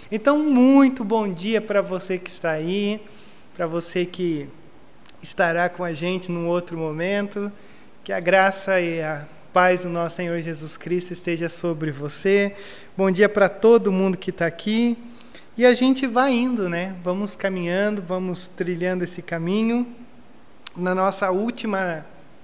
Então, muito bom dia para você que está aí, para você que estará com a gente num outro momento. Que a graça e a paz do nosso Senhor Jesus Cristo esteja sobre você. Bom dia para todo mundo que está aqui. E a gente vai indo, né? Vamos caminhando, vamos trilhando esse caminho. Na nossa última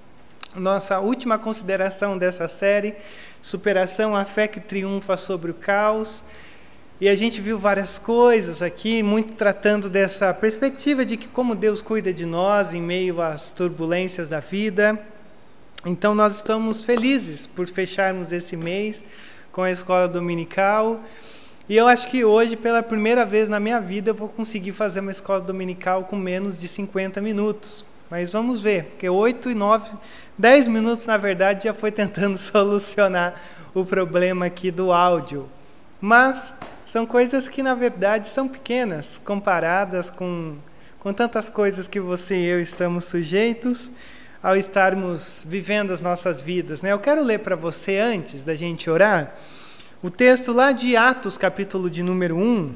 consideração dessa série, Superação, a fé que triunfa sobre o caos. E a gente viu várias coisas aqui, muito tratando dessa perspectiva de que como Deus cuida de nós em meio às turbulências da vida. Então nós estamos felizes por fecharmos esse mês com a escola dominical. E eu acho que hoje, pela primeira vez na minha vida, eu vou conseguir fazer uma escola dominical com menos de 50 minutos. Mas vamos ver, porque 8 e 9, 10 minutos, na verdade, já foi tentando solucionar o problema aqui do áudio. Mas são coisas que, na verdade, são pequenas, comparadas com tantas coisas que você e eu estamos sujeitos ao estarmos vivendo as nossas vidas, né? Eu quero ler para você, antes da gente orar, o texto lá de Atos, capítulo de número 1,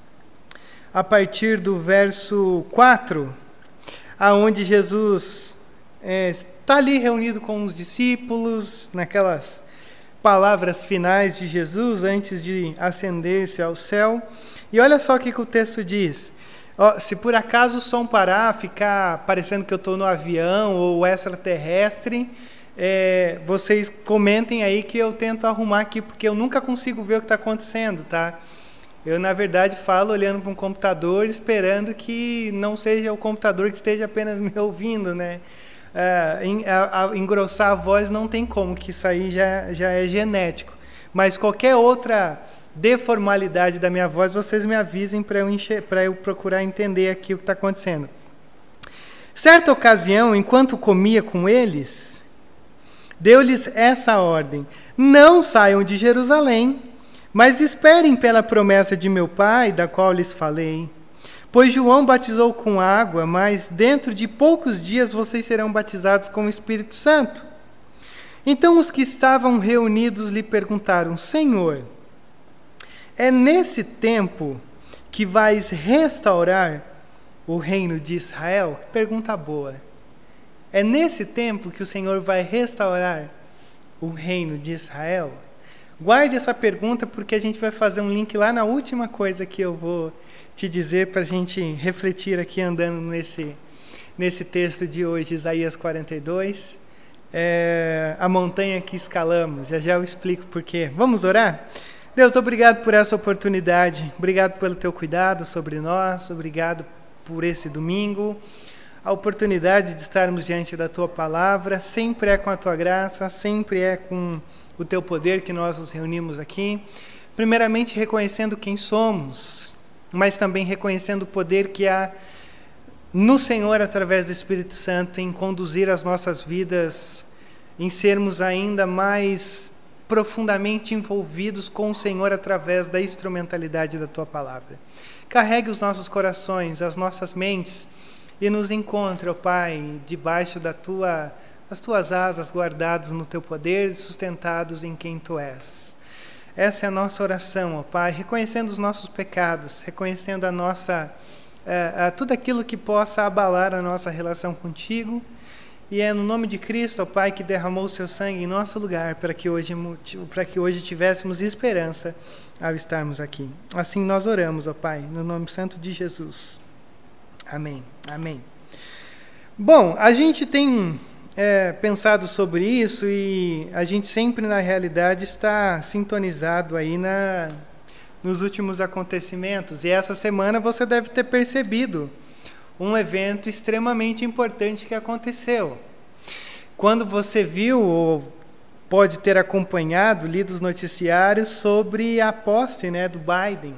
a partir do verso 4, aonde Jesus está ali reunido com os discípulos, naquelas palavras finais de Jesus, antes de ascender-se ao céu. E olha só o que o texto diz. Se por acaso o som parar, ficar parecendo que eu estou no avião ou extraterrestre, vocês comentem aí que eu tento arrumar aqui, porque eu nunca consigo ver o que está acontecendo, tá? Eu, na verdade, falo olhando para um computador, esperando que não seja o computador que esteja apenas me ouvindo, né? Engrossar a voz não tem como, que isso aí já é genético. Mas qualquer outra deformalidade da minha voz, vocês me avisem para eu procurar entender aqui o que está acontecendo. Certa ocasião, enquanto comia com eles, deu-lhes essa ordem: não saiam de Jerusalém, mas esperem pela promessa de meu Pai, da qual lhes falei. Pois João batizou com água, mas dentro de poucos dias vocês serão batizados com o Espírito Santo. Então os que estavam reunidos lhe perguntaram: Senhor, é nesse tempo que vais restaurar o reino de Israel? Pergunta boa. É nesse tempo que o Senhor vai restaurar o reino de Israel? Guarde essa pergunta, porque a gente vai fazer um link lá na última coisa que eu vou te dizer para a gente refletir aqui andando nesse texto de hoje, Isaías 42. A montanha que escalamos. Já eu explico por quê. Vamos orar? Deus, obrigado por essa oportunidade. Obrigado pelo teu cuidado sobre nós. Obrigado por esse domingo. A oportunidade de estarmos diante da tua palavra. Sempre é com a tua graça, sempre é com o teu poder que nós nos reunimos aqui, primeiramente reconhecendo quem somos, mas também reconhecendo o poder que há no Senhor através do Espírito Santo em conduzir as nossas vidas, em sermos ainda mais profundamente envolvidos com o Senhor através da instrumentalidade da tua palavra. Carregue os nossos corações, as nossas mentes e nos encontre, ó Pai, debaixo das tuas asas, guardados no teu poder e sustentados em quem tu és. Essa é a nossa oração, ó Pai, reconhecendo os nossos pecados, reconhecendo tudo aquilo que possa abalar a nossa relação contigo. E é no nome de Cristo, ó Pai, que derramou o seu sangue em nosso lugar, para que hoje tivéssemos esperança ao estarmos aqui. Assim nós oramos, ó Pai, no nome santo de Jesus. Amém. Amém. Bom, a gente tem pensado sobre isso e a gente sempre, na realidade, está sintonizado aí nos últimos acontecimentos. E essa semana você deve ter percebido um evento extremamente importante que aconteceu. Quando você viu, ou pode ter acompanhado, lido os noticiários sobre a posse, né, do Biden,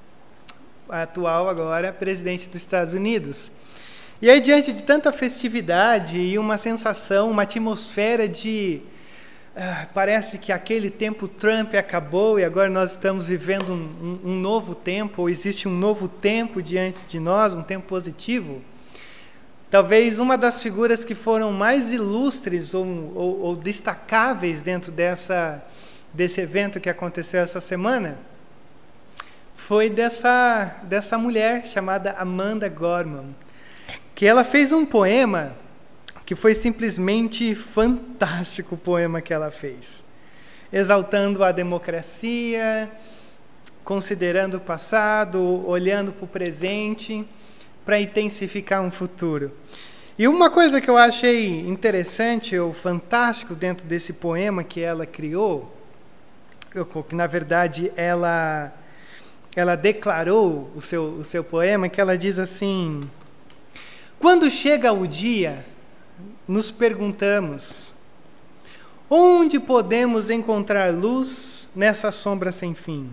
atual agora presidente dos Estados Unidos. E aí, diante de tanta festividade e uma sensação, uma atmosfera de... parece que aquele tempo Trump acabou e agora nós estamos vivendo um novo tempo, ou existe um novo tempo diante de nós, um tempo positivo. Talvez uma das figuras que foram mais ilustres ou destacáveis dentro desse evento que aconteceu essa semana foi dessa mulher chamada Amanda Gorman, que ela fez um poema que foi simplesmente fantástico, o poema que ela fez, exaltando a democracia, considerando o passado, olhando para o presente, para intensificar um futuro. E uma coisa que eu achei interessante ou fantástico dentro desse poema que ela criou, que na verdade ela declarou o seu poema, que ela diz assim: quando chega o dia, nos perguntamos, onde podemos encontrar luz nessa sombra sem fim?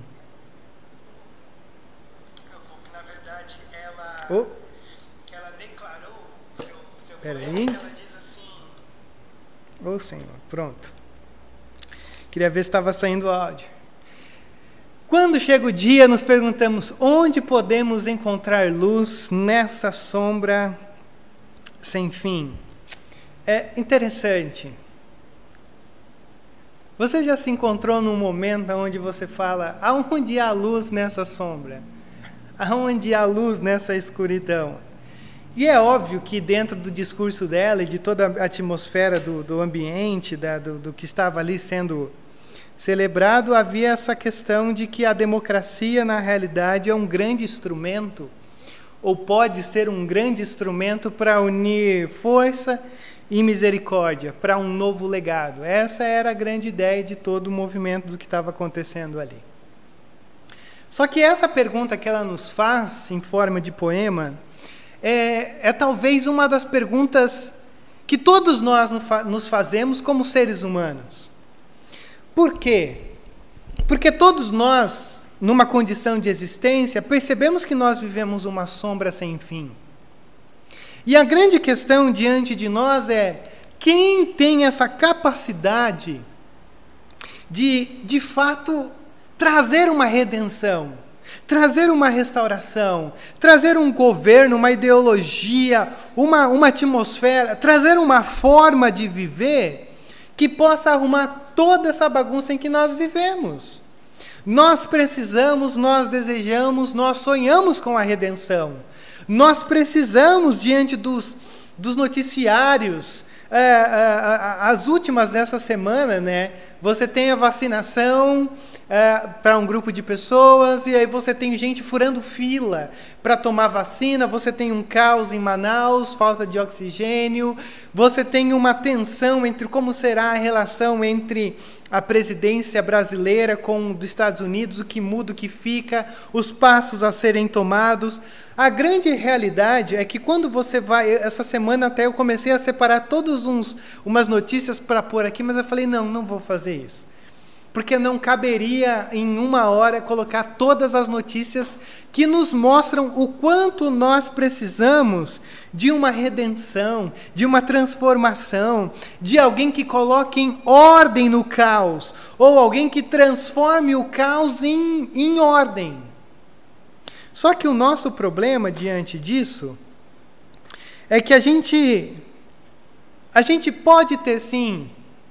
Na verdade ela declarou o seu poema, ela diz assim: ô Senhor, pronto. Queria ver se estava saindo o áudio. Quando chega o dia, nos perguntamos, onde podemos encontrar luz nessa sombra sem fim? É interessante. Você já se encontrou num momento onde você fala, aonde há luz nessa sombra? Aonde há luz nessa escuridão? E é óbvio que dentro do discurso dela e de toda a atmosfera do ambiente, do que estava ali sendo celebrado, havia essa questão de que a democracia, na realidade, é um grande instrumento, ou pode ser um grande instrumento para unir força e misericórdia, para um novo legado. Essa era a grande ideia de todo o movimento do que estava acontecendo ali. Só que essa pergunta que ela nos faz, em forma de poema, é talvez uma das perguntas que todos nós nos fazemos como seres humanos. Por quê? Porque todos nós, numa condição de existência, percebemos que nós vivemos uma sombra sem fim. E a grande questão diante de nós é, quem tem essa capacidade de fato, trazer uma redenção, trazer uma restauração, trazer um governo, uma ideologia, uma atmosfera, trazer uma forma de viver que possa arrumar toda essa bagunça em que nós vivemos. Nós precisamos, nós desejamos, nós sonhamos com a redenção. Nós precisamos, diante dos noticiários, as últimas dessa semana, né? Você tem a vacinação para um grupo de pessoas, e aí você tem gente furando fila para tomar vacina, você tem um caos em Manaus, falta de oxigênio, você tem uma tensão entre como será a relação entre a presidência brasileira com dos Estados Unidos, o que muda, o que fica, os passos a serem tomados. A grande realidade é que quando você vai... Essa semana até eu comecei a separar umas notícias para pôr aqui, mas eu falei, não vou fazer isso. Porque não caberia em uma hora colocar todas as notícias que nos mostram o quanto nós precisamos de uma redenção, de uma transformação, de alguém que coloque em ordem no caos, ou alguém que transforme o caos em ordem. Só que o nosso problema diante disso é que a gente pode ter, sim,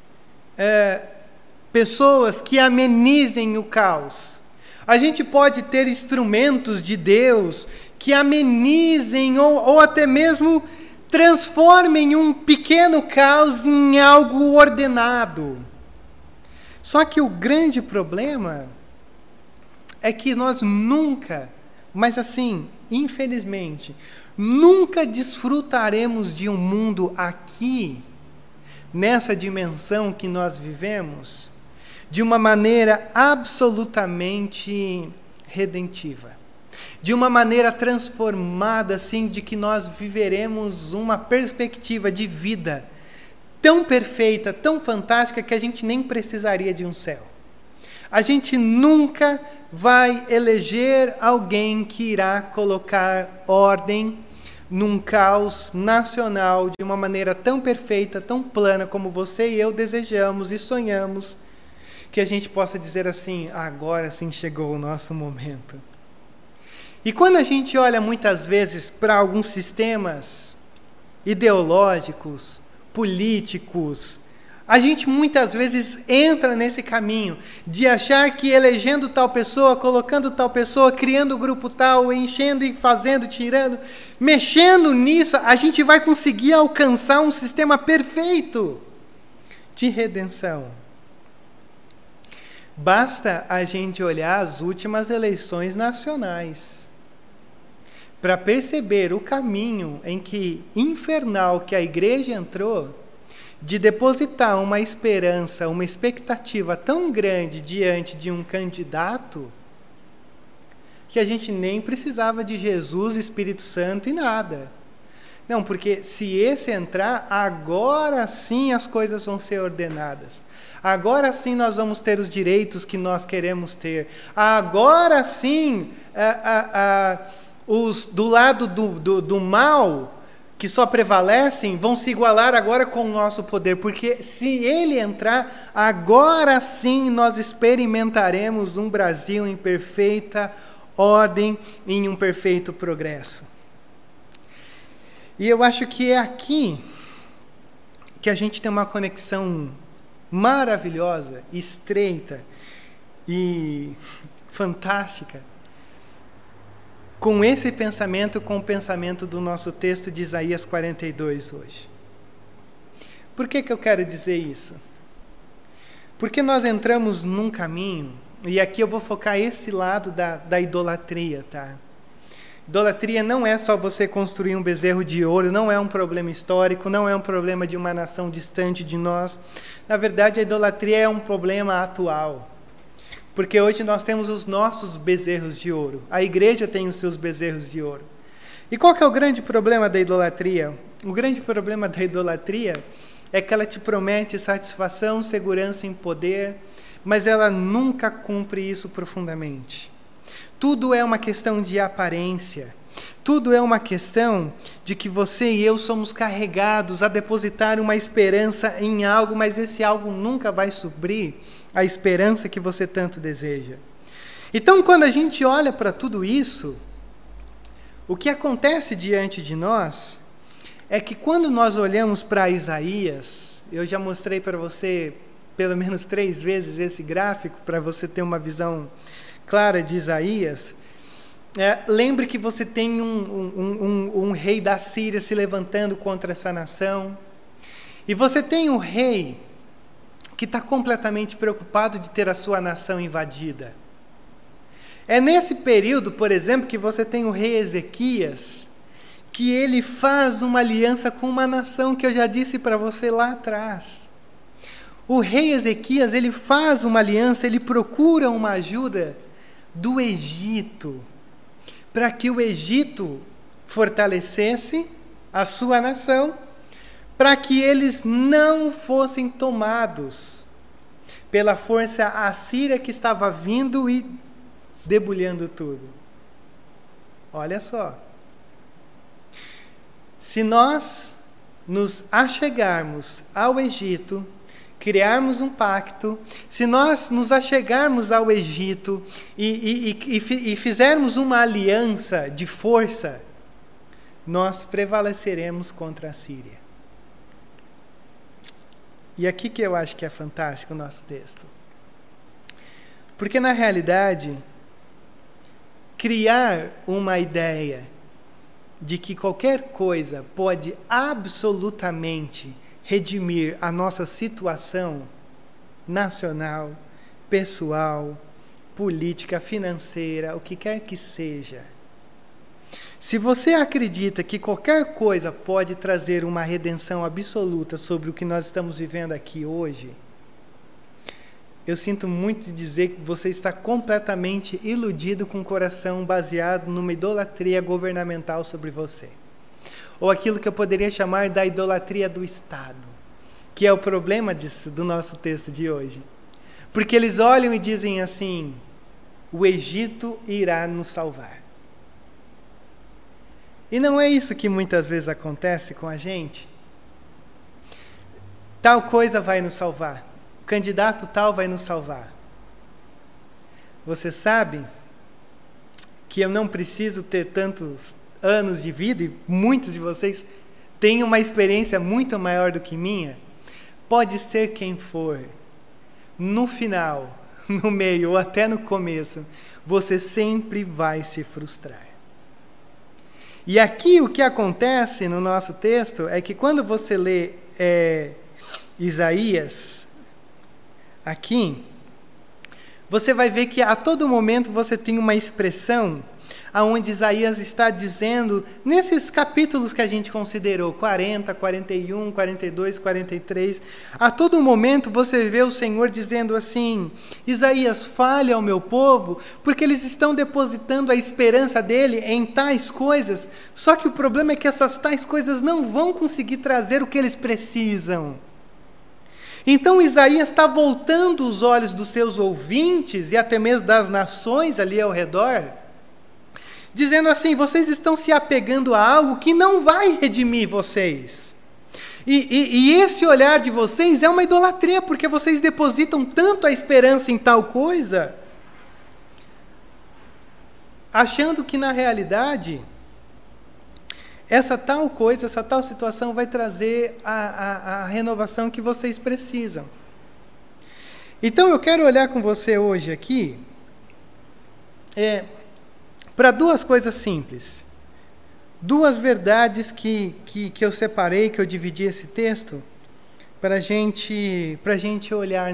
pessoas que amenizem o caos. A gente pode ter instrumentos de Deus que amenizem ou até mesmo transformem um pequeno caos em algo ordenado. Só que o grande problema é que nós nunca, mas assim, infelizmente, nunca desfrutaremos de um mundo aqui, nessa dimensão que nós vivemos, de uma maneira absolutamente redentiva, de uma maneira transformada, assim, de que nós viveremos uma perspectiva de vida tão perfeita, tão fantástica, que a gente nem precisaria de um céu. A gente nunca vai eleger alguém que irá colocar ordem num caos nacional de uma maneira tão perfeita, tão plana como você e eu desejamos e sonhamos, que a gente possa dizer assim, agora sim chegou o nosso momento. E quando a gente olha muitas vezes para alguns sistemas ideológicos, políticos, A gente muitas vezes entra nesse caminho de achar que elegendo tal pessoa, colocando tal pessoa, criando grupo tal, enchendo e fazendo, tirando, mexendo nisso, a gente vai conseguir alcançar um sistema perfeito de redenção. Basta a gente olhar as últimas eleições nacionais para perceber o caminho infernal que a igreja entrou, de depositar uma esperança, uma expectativa tão grande diante de um candidato, que a gente nem precisava de Jesus, Espírito Santo e nada. Não, porque se esse entrar, agora sim as coisas vão ser ordenadas. Agora sim nós vamos ter os direitos que nós queremos ter. Agora sim, os do lado do mal, que só prevalecem, vão se igualar agora com o nosso poder, porque se ele entrar, agora sim nós experimentaremos um Brasil em perfeita ordem, em um perfeito progresso. E eu acho que é aqui que a gente tem uma conexão maravilhosa, estreita e fantástica com esse pensamento, com o pensamento do nosso texto de Isaías 42 hoje. Por que eu quero dizer isso? Porque nós entramos num caminho, e aqui eu vou focar esse lado da idolatria, tá? Idolatria não é só você construir um bezerro de ouro, não é um problema histórico, não é um problema de uma nação distante de nós. Na verdade, a idolatria é um problema atual. Porque hoje nós temos os nossos bezerros de ouro. A igreja tem os seus bezerros de ouro. E qual que é o grande problema da idolatria? O grande problema da idolatria é que ela te promete satisfação, segurança e poder, mas ela nunca cumpre isso profundamente. Tudo é uma questão de aparência. Tudo é uma questão de que você e eu somos carregados a depositar uma esperança em algo, mas esse algo nunca vai suprir a esperança que você tanto deseja. Então, quando a gente olha para tudo isso, o que acontece diante de nós é que quando nós olhamos para Isaías, eu já mostrei para você pelo menos 3 vezes esse gráfico, para você ter uma visão clara de Isaías. Lembre que você tem um rei da Síria se levantando contra essa nação, e você tem um rei que está completamente preocupado de ter a sua nação invadida. É nesse período, por exemplo, que você tem o rei Ezequias, que ele faz uma aliança com uma nação que eu já disse para você lá atrás. O rei Ezequias, ele faz uma aliança, ele procura uma ajuda do Egito, para que o Egito fortalecesse a sua nação, para que eles não fossem tomados pela força assíria que estava vindo e debulhando tudo. Olha só. Se nós nos achegarmos ao Egito, criarmos um pacto, se nós nos achegarmos ao Egito e fizermos uma aliança de força, nós prevaleceremos contra a Síria. E aqui que eu acho que é fantástico o nosso texto. Porque, na realidade, criar uma ideia de que qualquer coisa pode absolutamente redimir a nossa situação nacional, pessoal, política, financeira, o que quer que seja. Se você acredita que qualquer coisa pode trazer uma redenção absoluta sobre o que nós estamos vivendo aqui hoje, eu sinto muito dizer que você está completamente iludido com o coração baseado numa idolatria governamental sobre você. Ou aquilo que eu poderia chamar da idolatria do Estado, que é o problema do nosso texto de hoje. Porque eles olham e dizem assim: o Egito irá nos salvar. E não é isso que muitas vezes acontece com a gente? Tal coisa vai nos salvar. O candidato tal vai nos salvar. Você sabe que eu não preciso ter tantos anos de vida, e muitos de vocês têm uma experiência muito maior do que minha, pode ser quem for, no final, no meio ou até no começo, você sempre vai se frustrar. E aqui o que acontece no nosso texto é que quando você lê Isaías, aqui, você vai ver que a todo momento você tem uma expressão aonde Isaías está dizendo, nesses capítulos que a gente considerou, 40, 41, 42, 43, a todo momento você vê o Senhor dizendo assim, Isaías, fale ao meu povo, porque eles estão depositando a esperança dele em tais coisas, só que o problema é que essas tais coisas não vão conseguir trazer o que eles precisam. Então Isaías está voltando os olhos dos seus ouvintes, e até mesmo das nações ali ao redor, dizendo assim, vocês estão se apegando a algo que não vai redimir vocês. E esse olhar de vocês é uma idolatria, porque vocês depositam tanto a esperança em tal coisa, achando que na realidade, essa tal coisa, essa tal situação vai trazer a renovação que vocês precisam. Então eu quero olhar com você hoje aqui, para duas coisas simples, duas verdades que eu separei, que eu dividi esse texto, para a gente olhar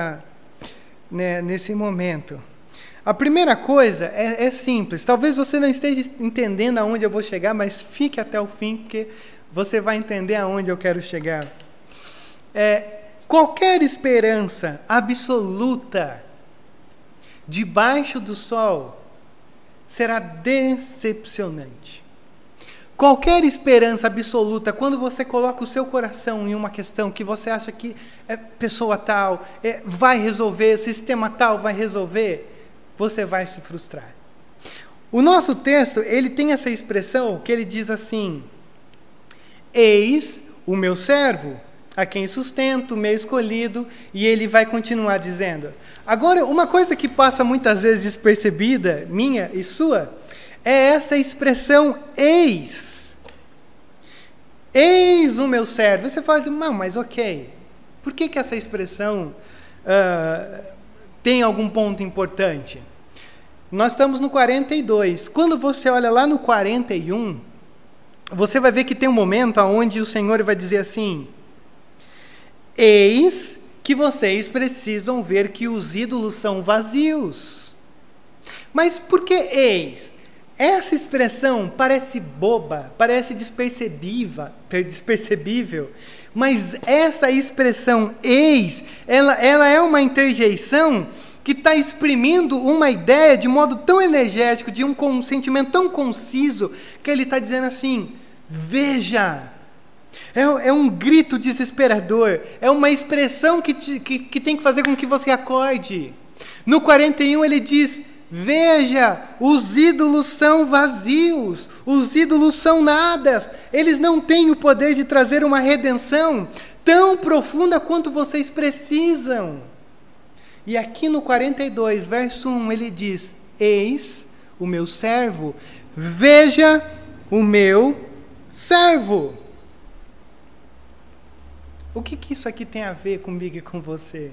nesse momento. A primeira coisa é simples, talvez você não esteja entendendo aonde eu vou chegar, mas fique até o fim, porque você vai entender aonde eu quero chegar. Qualquer esperança absoluta debaixo do sol será decepcionante. Qualquer esperança absoluta, quando você coloca o seu coração em uma questão que você acha que pessoa tal vai resolver, sistema tal vai resolver, você vai se frustrar. O nosso texto, ele tem essa expressão que ele diz assim, eis o meu servo, a quem sustento, o meu escolhido, e ele vai continuar dizendo. Agora, uma coisa que passa muitas vezes despercebida, minha e sua, é essa expressão eis. Eis o meu servo. Você fala assim, não, mas ok, por que essa expressão tem algum ponto importante? Nós estamos no 42. Quando você olha lá no 41, você vai ver que tem um momento onde o Senhor vai dizer assim, eis que vocês precisam ver que os ídolos são vazios. Mas por que eis? Essa expressão parece boba, parece despercebível, mas essa expressão eis, ela é uma interjeição que está exprimindo uma ideia de modo tão energético, de um sentimento tão conciso, que ele está dizendo assim, veja. É um grito desesperador, é uma expressão que tem que fazer com que você acorde. No 41 ele diz, veja, os ídolos são vazios, os ídolos são nadas, eles não têm o poder de trazer uma redenção tão profunda quanto vocês precisam. E aqui no 42, verso 1, ele diz, eis o meu servo, veja o meu servo. O que isso aqui tem a ver comigo e com você?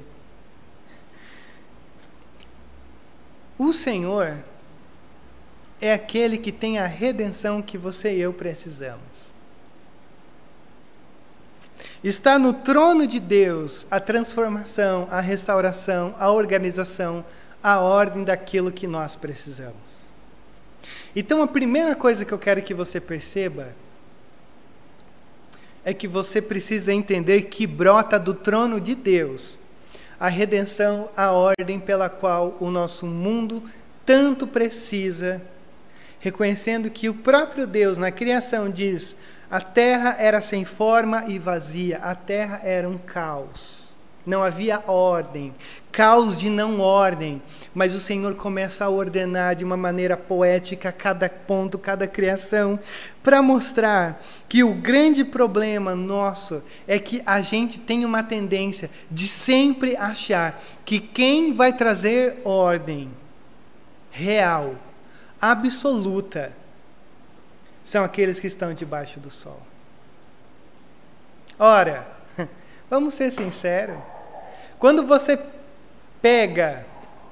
O Senhor é aquele que tem a redenção que você e eu precisamos. Está no trono de Deus a transformação, a restauração, a organização, a ordem daquilo que nós precisamos. Então a primeira coisa que eu quero que você perceba é que você precisa entender que brota do trono de Deus a redenção, a ordem pela qual o nosso mundo tanto precisa, reconhecendo que o próprio Deus na criação diz, a terra era sem forma e vazia, a terra era um caos, não havia ordem, caos de não ordem, mas o Senhor começa a ordenar de uma maneira poética cada ponto, cada criação, para mostrar que o grande problema nosso é que a gente tem uma tendência de sempre achar que quem vai trazer ordem real, absoluta, são aqueles que estão debaixo do sol. Ora, Vamos ser sinceros. Quando você pega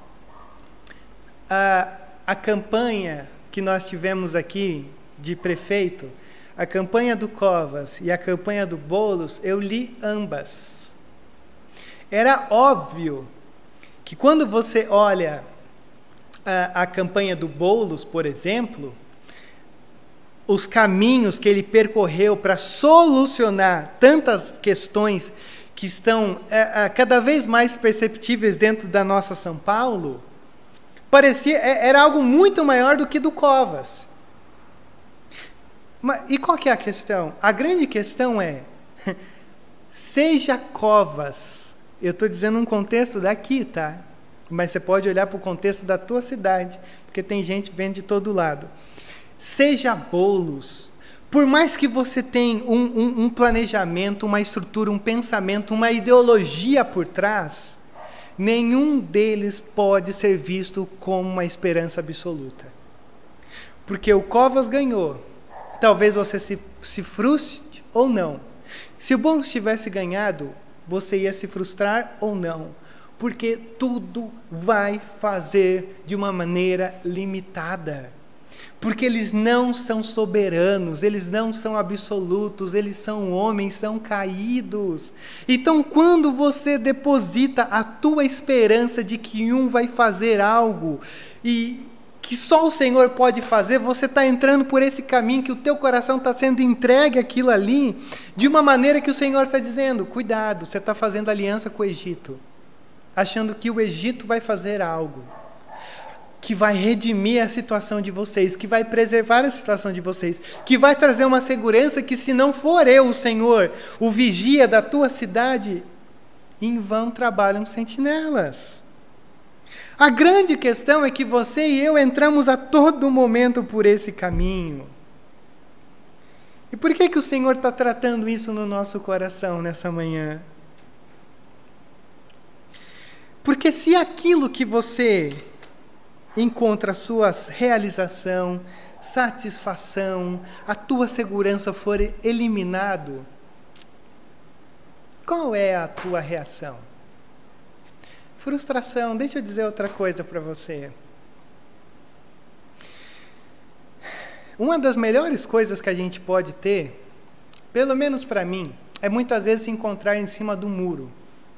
a campanha que nós tivemos aqui de prefeito, a campanha do Covas e a campanha do Boulos, eu li ambas. Era óbvio que quando você olha a campanha do Boulos, por exemplo, os caminhos que ele percorreu para solucionar tantas questões que estão cada vez mais perceptíveis dentro da nossa São Paulo, era algo muito maior do que do Covas. E qual que é a questão? A grande questão é, seja Covas, eu estou dizendo um contexto daqui, tá? Mas você pode olhar para o contexto da tua cidade, porque tem gente vendo de todo lado. Seja Boulos, por mais que você tenha um planejamento, uma estrutura, um pensamento, uma ideologia por trás, nenhum deles pode ser visto como uma esperança absoluta. Porque o Covas ganhou, talvez você se frustre ou não. Se o Boulos tivesse ganhado, você ia se frustrar ou não. Porque tudo vai fazer de uma maneira limitada. Porque eles não são soberanos, eles não são absolutos, eles são homens, são caídos. Então, quando você deposita a tua esperança de que um vai fazer algo e que só o Senhor pode fazer, você está entrando por esse caminho que o teu coração está sendo entregue àquilo ali, de uma maneira que o Senhor está dizendo, cuidado, você está fazendo aliança com o Egito, achando que o Egito vai fazer algo, que vai redimir a situação de vocês, que vai preservar a situação de vocês, que vai trazer uma segurança que se não for eu, o Senhor, o vigia da tua cidade, em vão trabalham sentinelas. A grande questão é que você e eu entramos a todo momento por esse caminho. E por que o Senhor está tratando isso no nosso coração nessa manhã? Porque se aquilo que você encontra a sua realização, satisfação, a tua segurança for eliminado, qual é a tua reação? Frustração. Deixa eu dizer outra coisa para você. Uma das melhores coisas que a gente pode ter, pelo menos para mim, é muitas vezes se encontrar em cima do muro.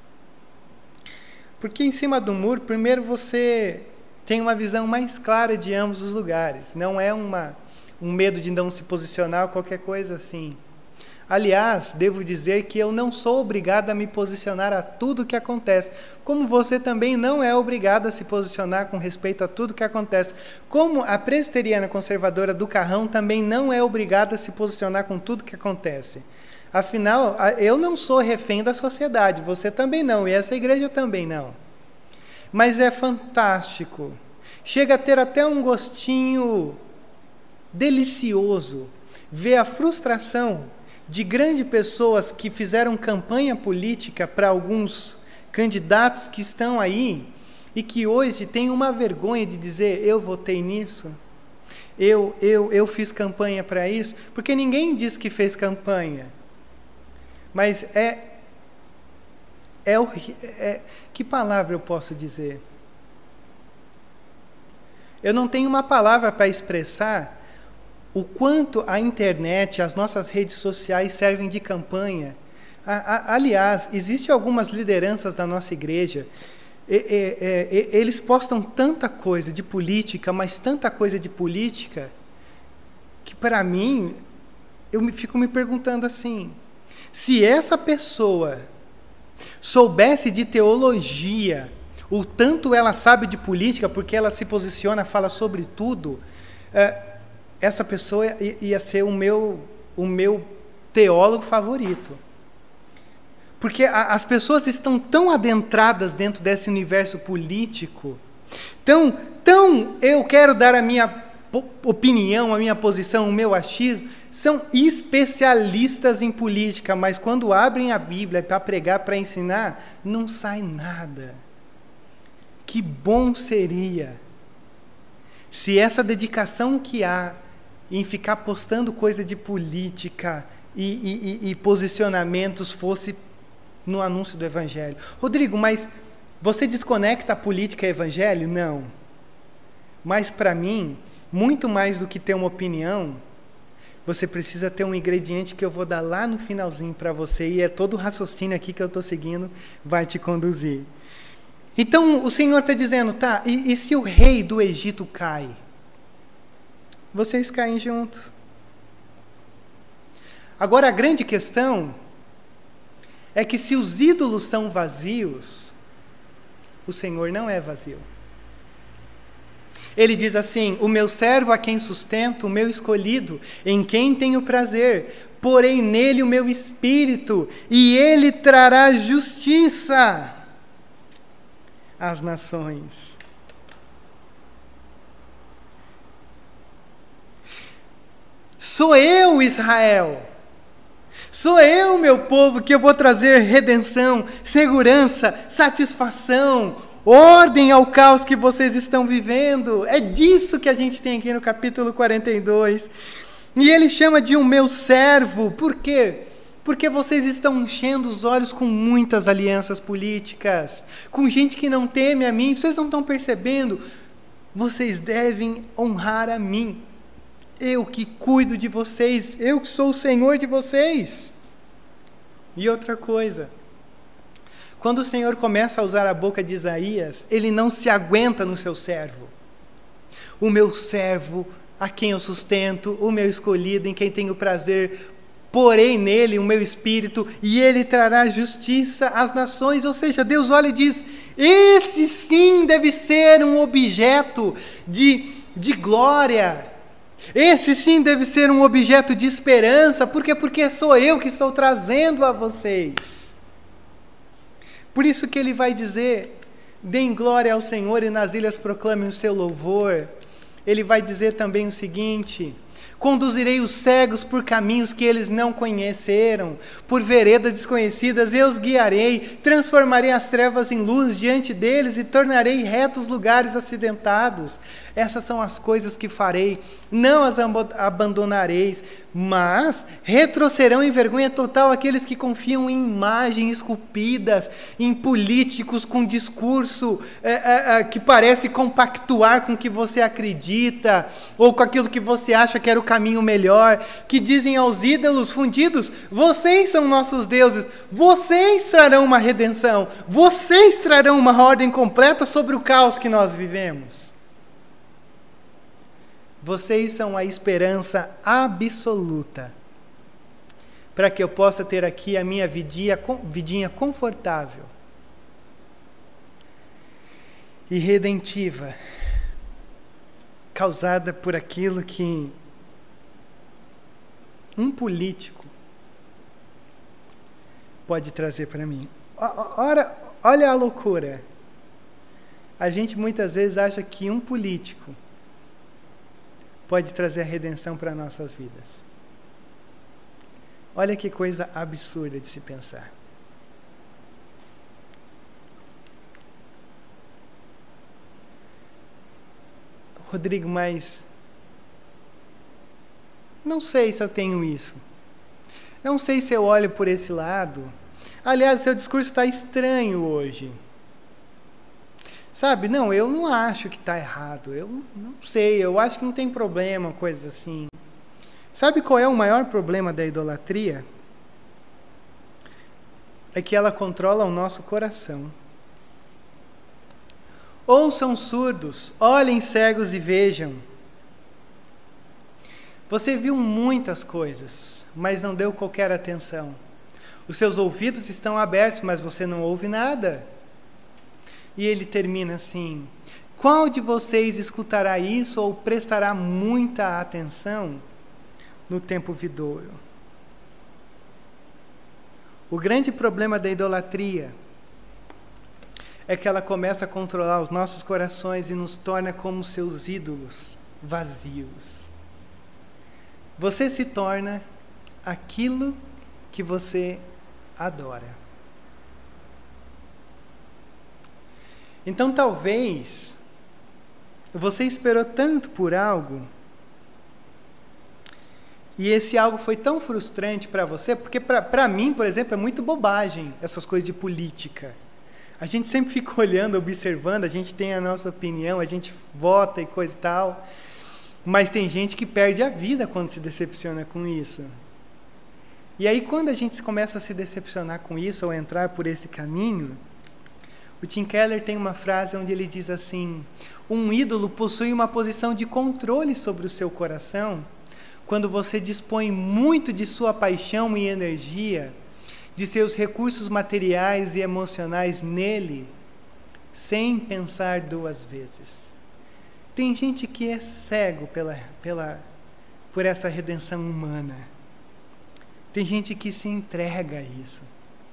Porque em cima do muro, primeiro você tem uma visão mais clara de ambos os lugares. Não é um medo de não se posicionar ou qualquer coisa assim. Aliás, devo dizer que eu não sou obrigado a me posicionar a tudo que acontece, como você também não é obrigado a se posicionar com respeito a tudo que acontece. Como a presbiteriana conservadora do Carrão também não é obrigada a se posicionar com tudo que acontece. Afinal, eu não sou refém da sociedade, você também não, e essa igreja também não. Mas é fantástico. Chega a ter até um gostinho delicioso ver a frustração de grandes pessoas que fizeram campanha política para alguns candidatos que estão aí e que hoje têm uma vergonha de dizer, eu votei nisso, eu fiz campanha para isso, porque ninguém diz que fez campanha. Mas que palavra eu posso dizer? Eu não tenho uma palavra para expressar o quanto a internet, as nossas redes sociais servem de campanha. Aliás, existem algumas lideranças da nossa igreja, eles postam tanta coisa de política, mas tanta coisa de política, que para mim, eu fico me perguntando assim, se essa pessoa soubesse de teologia, o tanto ela sabe de política, porque ela se posiciona, fala sobre tudo, essa pessoa ia ser o meu teólogo favorito. Porque as pessoas estão tão adentradas dentro desse universo político, tão eu quero dar a minha opinião, a minha posição, o meu achismo, são especialistas em política, mas quando abrem a Bíblia para pregar, para ensinar, não sai nada. Que bom seria se essa dedicação que há em ficar postando coisa de política e posicionamentos fosse no anúncio do Evangelho. Rodrigo, mas você desconecta a política e o Evangelho? Não. Mas para mim, muito mais do que ter uma opinião, você precisa ter um ingrediente que eu vou dar lá no finalzinho para você, e é todo o raciocínio aqui que eu estou seguindo vai te conduzir. Então, o Senhor está dizendo, tá, e se o rei do Egito cai? Vocês caem juntos. Agora, a grande questão é que se os ídolos são vazios, o Senhor não é vazio. Ele diz assim, o meu servo a quem sustento, o meu escolhido, em quem tenho prazer, porém nele o meu espírito, e ele trará justiça às nações. Sou eu, Israel. Sou eu, meu povo, que eu vou trazer redenção, segurança, satisfação, ordem ao caos que vocês estão vivendo. É disso que a gente tem aqui no capítulo 42. E ele chama de um meu servo. Por quê? Porque vocês estão enchendo os olhos com muitas alianças políticas, com gente que não teme a mim. Vocês não estão percebendo? Vocês devem honrar a mim. Eu que cuido de vocês, eu que sou o Senhor de vocês. E outra coisa, quando o Senhor começa a usar a boca de Isaías, ele não se aguenta no seu servo. O meu servo, a quem eu sustento, o meu escolhido, em quem tenho prazer, porei nele o meu espírito, e ele trará justiça às nações. Ou seja, Deus olha e diz, esse sim deve ser um objeto de glória. Esse sim deve ser um objeto de esperança. Por quê? Porque sou eu que estou trazendo a vocês. Por isso que ele vai dizer, deem glória ao Senhor e nas ilhas proclamem o seu louvor. Ele vai dizer também o seguinte, conduzirei os cegos por caminhos que eles não conheceram, por veredas desconhecidas eu os guiarei, transformarei as trevas em luz diante deles e tornarei retos lugares acidentados. Essas são as coisas que farei, não as abandonareis, mas retrocederão em vergonha total aqueles que confiam em imagens esculpidas, em políticos com discurso que parece compactuar com o que você acredita, ou com aquilo que você acha que era o caminho melhor, que dizem aos ídolos fundidos, vocês são nossos deuses, vocês trarão uma redenção, vocês trarão uma ordem completa sobre o caos que nós vivemos. Vocês são a esperança absoluta para que eu possa ter aqui a minha vidinha confortável e redentiva, causada por aquilo que um político pode trazer para mim. Olha a loucura. A gente muitas vezes acha que um político pode trazer a redenção para nossas vidas. Olha que coisa absurda de se pensar. Rodrigo, mas não sei se eu tenho isso. Não sei se eu olho por esse lado. Aliás, seu discurso está estranho hoje. Sabe, não, eu não acho que está errado, eu não sei, eu acho que não tem problema, coisas assim. Sabe qual é o maior problema da idolatria? É que ela controla o nosso coração. Ouçam surdos, olhem cegos e vejam. Você viu muitas coisas, mas não deu qualquer atenção. Os seus ouvidos estão abertos, mas você não ouve nada. E ele termina assim, qual de vocês escutará isso ou prestará muita atenção no tempo vindouro? O grande problema da idolatria é que ela começa a controlar os nossos corações e nos torna como seus ídolos vazios. Você se torna aquilo que você adora. Então, talvez, você esperou tanto por algo E esse algo foi tão frustrante para você, porque para mim, por exemplo, é muito bobagem essas coisas de política. A gente sempre fica olhando, observando, a gente tem a nossa opinião, a gente vota e coisa e tal, mas tem gente que perde a vida quando se decepciona com isso. E aí, quando a gente começa a se decepcionar com isso, ou entrar por esse caminho, o Tim Keller tem uma frase onde ele diz assim: um ídolo possui uma posição de controle sobre o seu coração quando você dispõe muito de sua paixão e energia, de seus recursos materiais e emocionais nele, sem pensar duas vezes. Tem gente que é cego por essa redenção humana. Tem gente que se entrega a isso.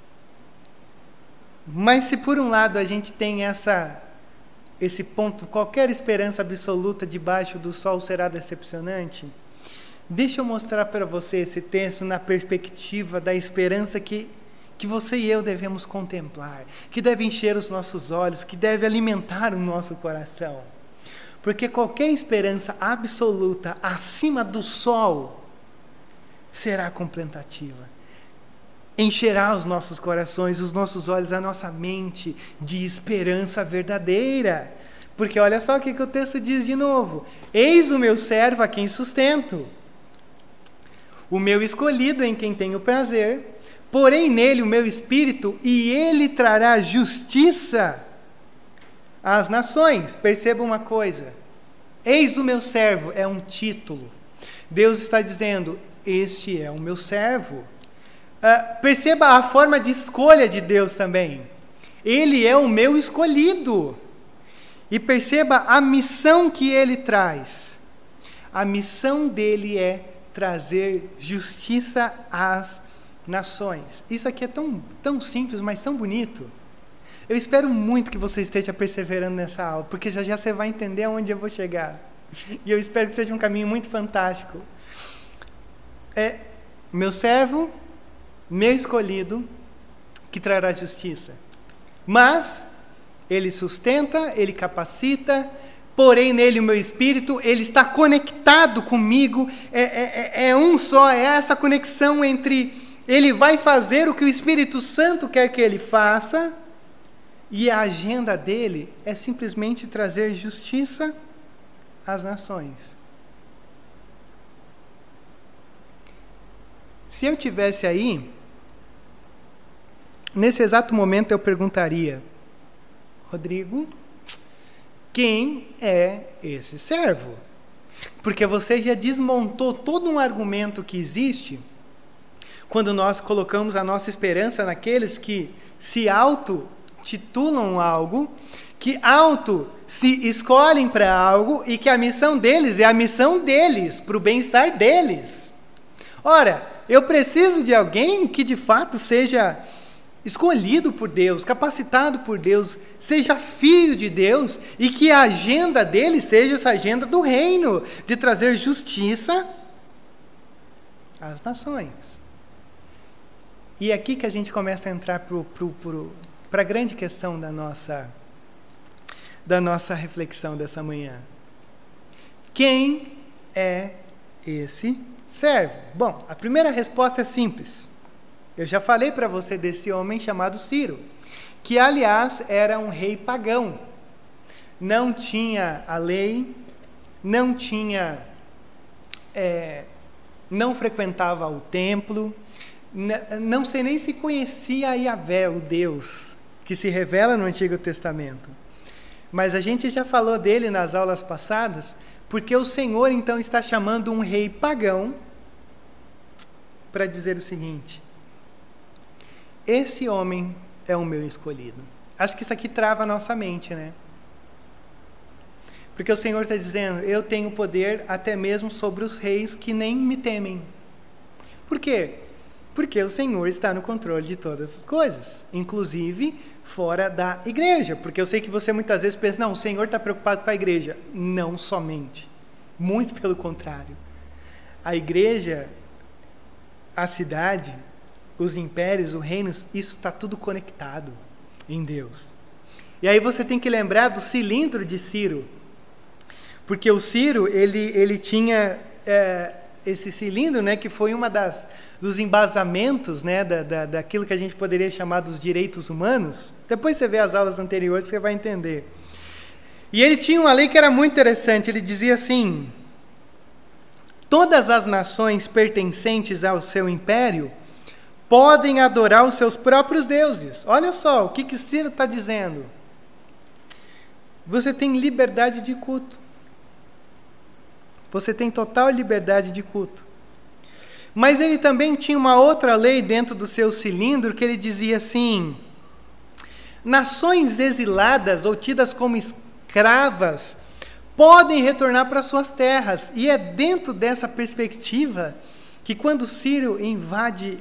Mas se por um lado a gente tem esse ponto, qualquer esperança absoluta debaixo do sol será decepcionante, deixa eu mostrar para você esse texto na perspectiva da esperança que você e eu devemos contemplar, que deve encher os nossos olhos, que deve alimentar o nosso coração. Porque qualquer esperança absoluta acima do sol será contemplativa. Encherá os nossos corações, os nossos olhos, a nossa mente de esperança verdadeira. Porque olha só o que o texto diz de novo: eis o meu servo a quem sustento, o meu escolhido em quem tenho prazer, porém nele o meu espírito, e ele trará justiça às nações. Perceba uma coisa: eis o meu servo é um título. Deus está dizendo: este é o meu servo. Perceba a forma de escolha de Deus também. Ele é o meu escolhido. E perceba a missão que ele traz. A missão dele é trazer justiça às nações. Isso aqui é tão simples, mas tão bonito. Eu espero muito que você esteja perseverando nessa aula, porque já você vai entender aonde eu vou chegar. E eu espero que seja um caminho muito fantástico. Meu servo, meu escolhido, que trará justiça. Mas ele sustenta, ele capacita, porém nele o meu espírito, ele está conectado comigo, é um só, é essa conexão entre ele vai fazer o que o Espírito Santo quer que ele faça, e a agenda dele é simplesmente trazer justiça às nações. Se eu tivesse aí, nesse exato momento eu perguntaria: Rodrigo, quem é esse servo? Porque você já desmontou todo um argumento que existe quando nós colocamos a nossa esperança naqueles que se auto-titulam algo, que se escolhem para algo e que a missão deles é a missão deles, para o bem-estar deles. Ora, eu preciso de alguém que de fato seja escolhido por Deus, capacitado por Deus, seja filho de Deus e que a agenda dele seja essa agenda do reino, de trazer justiça às nações. E é aqui que a gente começa a entrar para a grande questão da nossa reflexão dessa manhã. Quem é esse servo? Bom, a primeira resposta é simples. Eu já falei para você desse homem chamado Ciro, que aliás era um rei pagão. Não tinha a lei, não frequentava o templo, não sei nem se conhecia a Yahvé, o Deus que se revela no Antigo Testamento. Mas a gente já falou dele nas aulas passadas, porque o Senhor então está chamando um rei pagão para dizer o seguinte: esse homem é o meu escolhido. Acho que isso aqui trava a nossa mente, né? Porque o Senhor está dizendo: eu tenho poder até mesmo sobre os reis que nem me temem. Por quê? Porque o Senhor está no controle de todas as coisas, inclusive fora da igreja. Porque eu sei que você muitas vezes pensa: não, o Senhor está preocupado com a igreja. Não somente. Muito pelo contrário. A igreja, a cidade, os impérios, os reinos, isso está tudo conectado em Deus. E aí você tem que lembrar do cilindro de Ciro. Porque o Ciro, ele tinha esse cilindro, né, que foi uma dos embasamentos, né, daquilo que a gente poderia chamar dos direitos humanos. Depois você vê as aulas anteriores, você vai entender. E ele tinha uma lei que era muito interessante. Ele dizia assim: todas as nações pertencentes ao seu império podem adorar os seus próprios deuses. Olha só o que Ciro está dizendo. Você tem liberdade de culto. Você tem total liberdade de culto. Mas ele também tinha uma outra lei dentro do seu cilindro que ele dizia assim: nações exiladas ou tidas como escravas podem retornar para suas terras. E é dentro dessa perspectiva que quando Ciro invade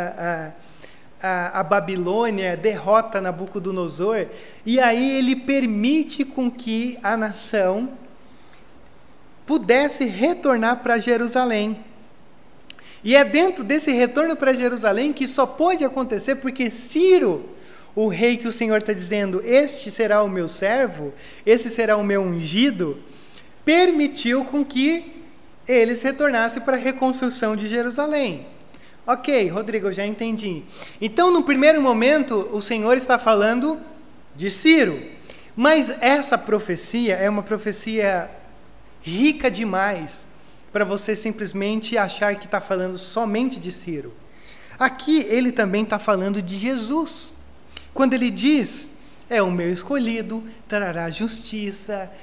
a Babilônia, derrota Nabucodonosor, e aí ele permite com que a nação pudesse retornar para Jerusalém. E é dentro desse retorno para Jerusalém que só pode acontecer porque Ciro, o rei que o Senhor está dizendo, este será o meu servo, esse será o meu ungido, permitiu com que eles retornassem para a reconstrução de Jerusalém. Ok, Rodrigo, eu já entendi. Então, no primeiro momento, o Senhor está falando de Ciro. Mas essa profecia é uma profecia rica demais para você simplesmente achar que está falando somente de Ciro. Aqui ele também está falando de Jesus. Quando ele diz, é o meu escolhido, trará justiça,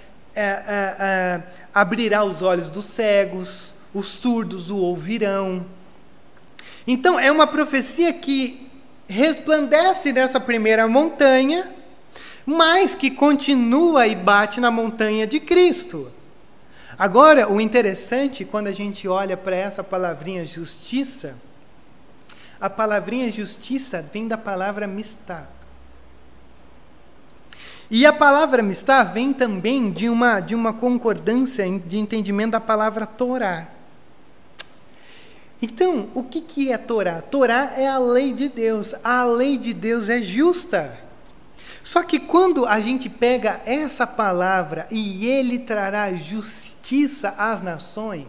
abrirá os olhos dos cegos, os surdos o ouvirão. Então, é uma profecia que resplandece nessa primeira montanha, mas que continua e bate na montanha de Cristo. Agora, o interessante, quando a gente olha para essa palavrinha justiça, a palavrinha justiça vem da palavra mistá. E a palavra mistá vem também de uma concordância de entendimento da palavra Torá. Então, o que é Torá? Torá é a lei de Deus. A lei de Deus é justa. Só que quando a gente pega essa palavra e ele trará justiça às nações,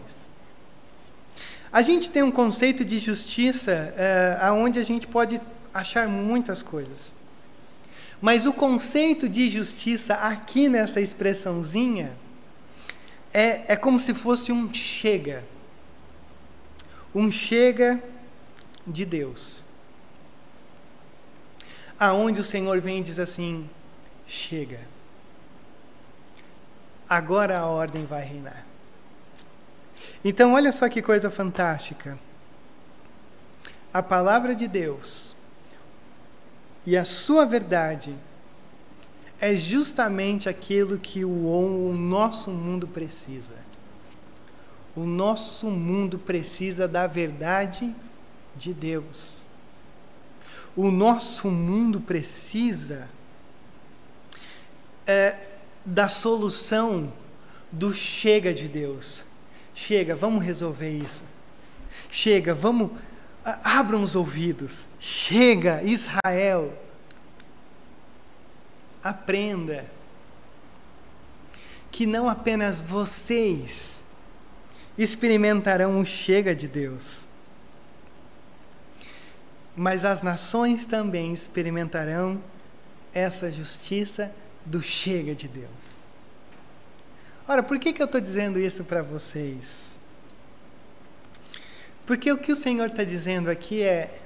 a gente tem um conceito de justiça onde a gente pode achar muitas coisas. Mas o conceito de justiça aqui nessa expressãozinha é como se fosse um chega. Um chega de Deus. Aonde o Senhor vem e diz assim: chega. Agora a ordem vai reinar. Então, olha só que coisa fantástica. A palavra de Deus e a sua verdade é justamente aquilo que o nosso mundo precisa. O nosso mundo precisa da verdade de Deus. O nosso mundo precisa da solução do chega de Deus. Chega, vamos resolver isso. Chega, vamos, abram os ouvidos. Chega, Israel. Aprenda que não apenas vocês experimentarão o chega de Deus, mas as nações também experimentarão essa justiça do chega de Deus. Ora, por que eu estou dizendo isso para vocês? Porque o que o Senhor está dizendo aqui é: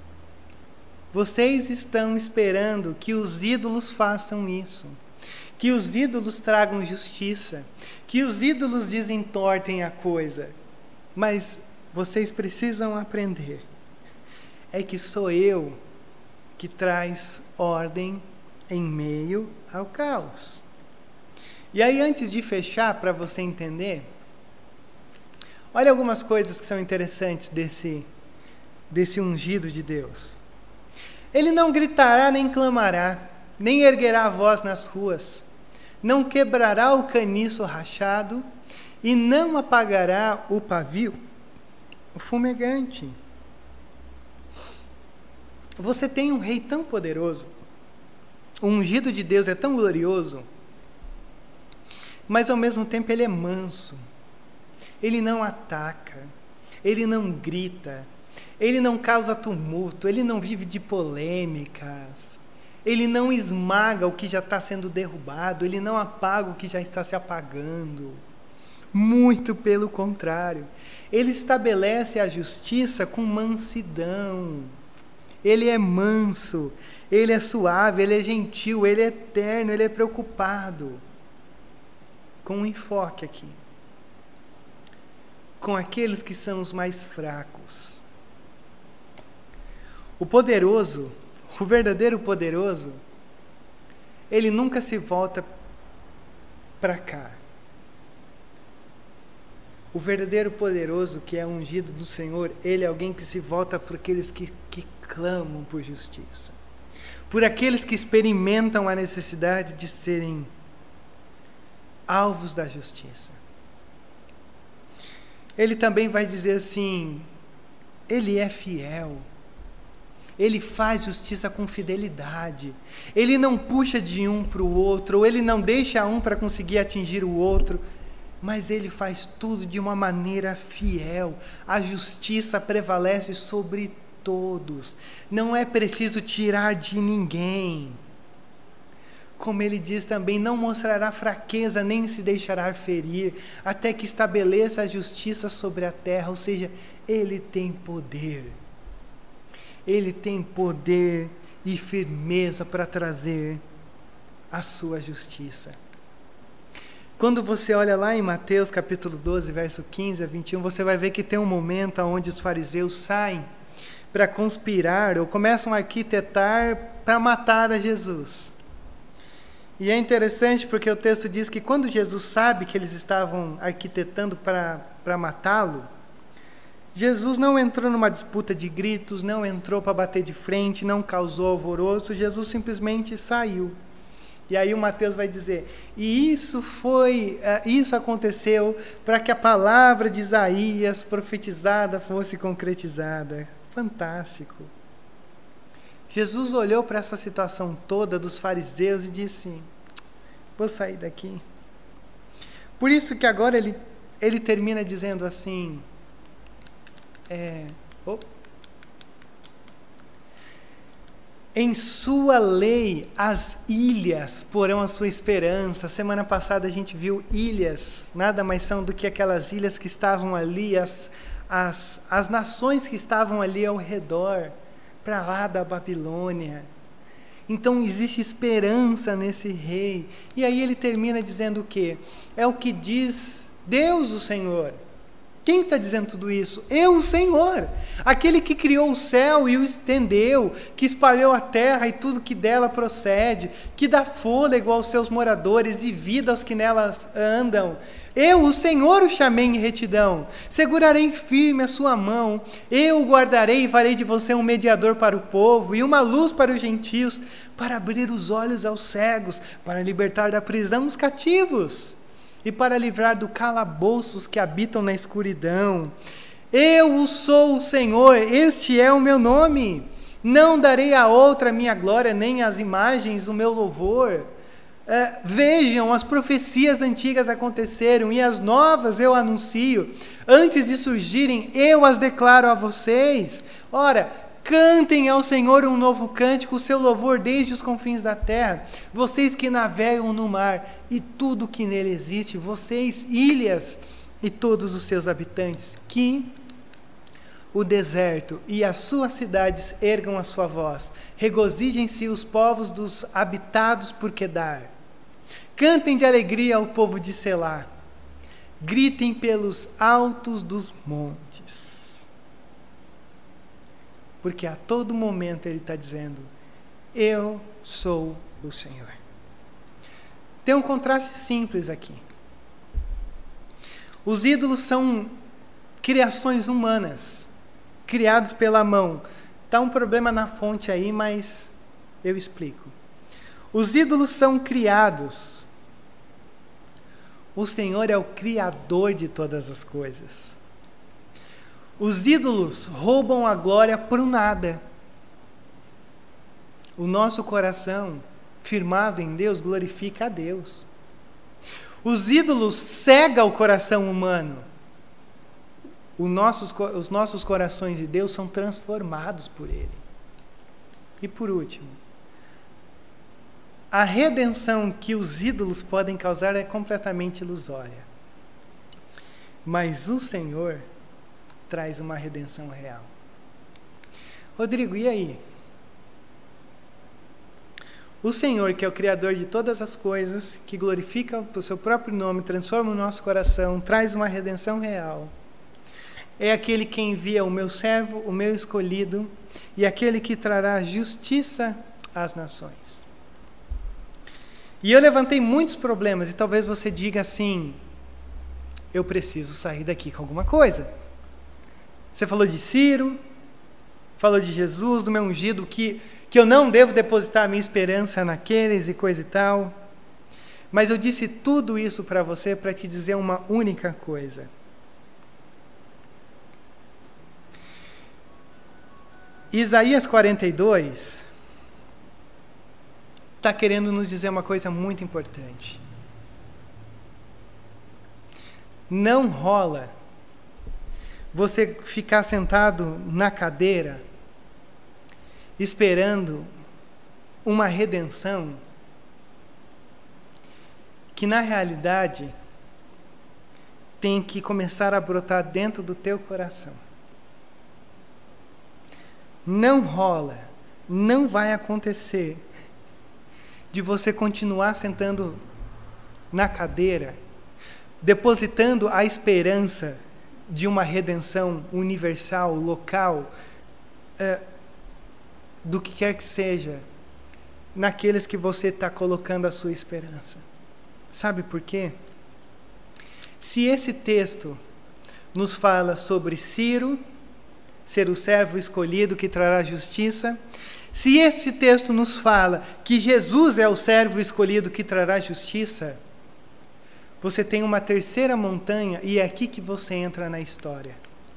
vocês estão esperando que os ídolos façam isso, que os ídolos tragam justiça, que os ídolos desentortem a coisa, mas vocês precisam aprender, é que sou eu que traz ordem em meio ao caos. E aí, antes de fechar, para você entender, olha algumas coisas que são interessantes desse ungido de Deus. Ele não gritará nem clamará, nem erguerá a voz nas ruas, não quebrará o caniço rachado e não apagará o pavio fumegante. Você tem um rei tão poderoso, o ungido de Deus é tão glorioso, mas ao mesmo tempo ele é manso, ele não ataca, Ele não grita, ele não causa tumulto, ele não vive de polêmicas, ele não esmaga o que já está sendo derrubado, ele não apaga o que já está se apagando. Muito pelo contrário, ele estabelece a justiça com mansidão. Ele é manso, ele é suave, ele é gentil, ele é terno, ele é preocupado. Com um enfoque aqui. Com aqueles que são os mais fracos. O poderoso, o verdadeiro poderoso, ele nunca se volta para cá. O verdadeiro poderoso, que é ungido do Senhor, ele é alguém que se volta para aqueles que clamam por justiça. Por aqueles que experimentam a necessidade de serem alvos da justiça. Ele também vai dizer assim, ele é fiel. Ele faz justiça com fidelidade. Ele não puxa de um para o outro, ou ele não deixa um para conseguir atingir o outro, mas ele faz tudo de uma maneira fiel. A justiça prevalece sobre todos. Não é preciso tirar de ninguém. Como ele diz também, não mostrará fraqueza, nem se deixará ferir, até que estabeleça a justiça sobre a terra, ou seja, ele tem poder. Ele tem poder e firmeza para trazer a sua justiça. Quando você olha lá em Mateus capítulo 12, verso 15 a 21, você vai ver que tem um momento onde os fariseus saem para conspirar, ou começam a arquitetar para matar a Jesus. E é interessante porque o texto diz que quando Jesus sabe que eles estavam arquitetando para matá-lo, Jesus não entrou numa disputa de gritos, não entrou para bater de frente, não causou alvoroço, Jesus simplesmente saiu. E aí o Mateus vai dizer, e isso aconteceu para que a palavra de Isaías profetizada fosse concretizada. Fantástico. Jesus olhou para essa situação toda dos fariseus e disse, vou sair daqui. Por isso que agora ele termina dizendo assim, em sua lei as ilhas porão a sua esperança. Semana passada a gente viu ilhas, nada mais são do que aquelas ilhas que estavam ali, as nações que estavam ali ao redor, para lá da Babilônia. Então existe esperança nesse rei. E aí ele termina dizendo o quê? É o que diz Deus o Senhor. Quem está dizendo tudo isso? Eu, o Senhor, aquele que criou o céu e o estendeu, que espalhou a terra e tudo que dela procede, que dá fôlego aos seus moradores e vida aos que nelas andam. Eu, o Senhor, o chamei em retidão, segurarei firme a sua mão, eu o guardarei e farei de você um mediador para o povo e uma luz para os gentios, para abrir os olhos aos cegos, para libertar da prisão os cativos e para livrar do calabouço os que habitam na escuridão. Eu sou o Senhor, este é o meu nome. Não darei a outra a minha glória, nem as imagens o meu louvor. Vejam, as profecias antigas aconteceram e as novas eu anuncio. Antes de surgirem, eu as declaro a vocês. Ora, cantem ao Senhor um novo cântico, o seu louvor desde os confins da terra. Vocês que navegam no mar e tudo que nele existe, vocês, ilhas e todos os seus habitantes, que o deserto e as suas cidades ergam a sua voz. Regozijem-se os povos dos habitados por Quedar. Cantem de alegria ao povo de Selá. Gritem pelos altos dos montes. Porque a todo momento ele está dizendo, eu sou o Senhor. Tem um contraste simples aqui. Os ídolos são criações humanas, criados pela mão. Está um problema na fonte aí, mas eu explico. Os ídolos são criados. O Senhor é o Criador de todas as coisas. Os ídolos roubam a glória por nada. O nosso coração, firmado em Deus, glorifica a Deus. Os ídolos cegam o coração humano. os nossos corações e Deus são transformados por Ele. E por último, a redenção que os ídolos podem causar é completamente ilusória. Mas o Senhor traz uma redenção real. Rodrigo, e aí? O Senhor, que é o Criador de todas as coisas, que glorifica o seu próprio nome, transforma o nosso coração, traz uma redenção real. É aquele que envia o meu servo, o meu escolhido, e aquele que trará justiça às nações. E eu levantei muitos problemas, e talvez você diga assim, eu preciso sair daqui com alguma coisa. Você falou de Ciro, falou de Jesus, do meu ungido, que eu não devo depositar a minha esperança naqueles e coisa e tal. Mas eu disse tudo isso para você para te dizer uma única coisa. Isaías 42 está querendo nos dizer uma coisa muito importante. Não rola você ficar sentado na cadeira esperando uma redenção que na realidade tem que começar a brotar dentro do teu coração. Não rola, não vai acontecer de você continuar sentando na cadeira, depositando a esperança de uma redenção universal, local, do que quer que seja, naqueles que você está colocando a sua esperança. Sabe por quê? Se esse texto nos fala sobre Ciro, ser o servo escolhido que trará justiça, se esse texto nos fala que Jesus é o servo escolhido que trará justiça, você tem uma terceira montanha e é aqui que você entra na história.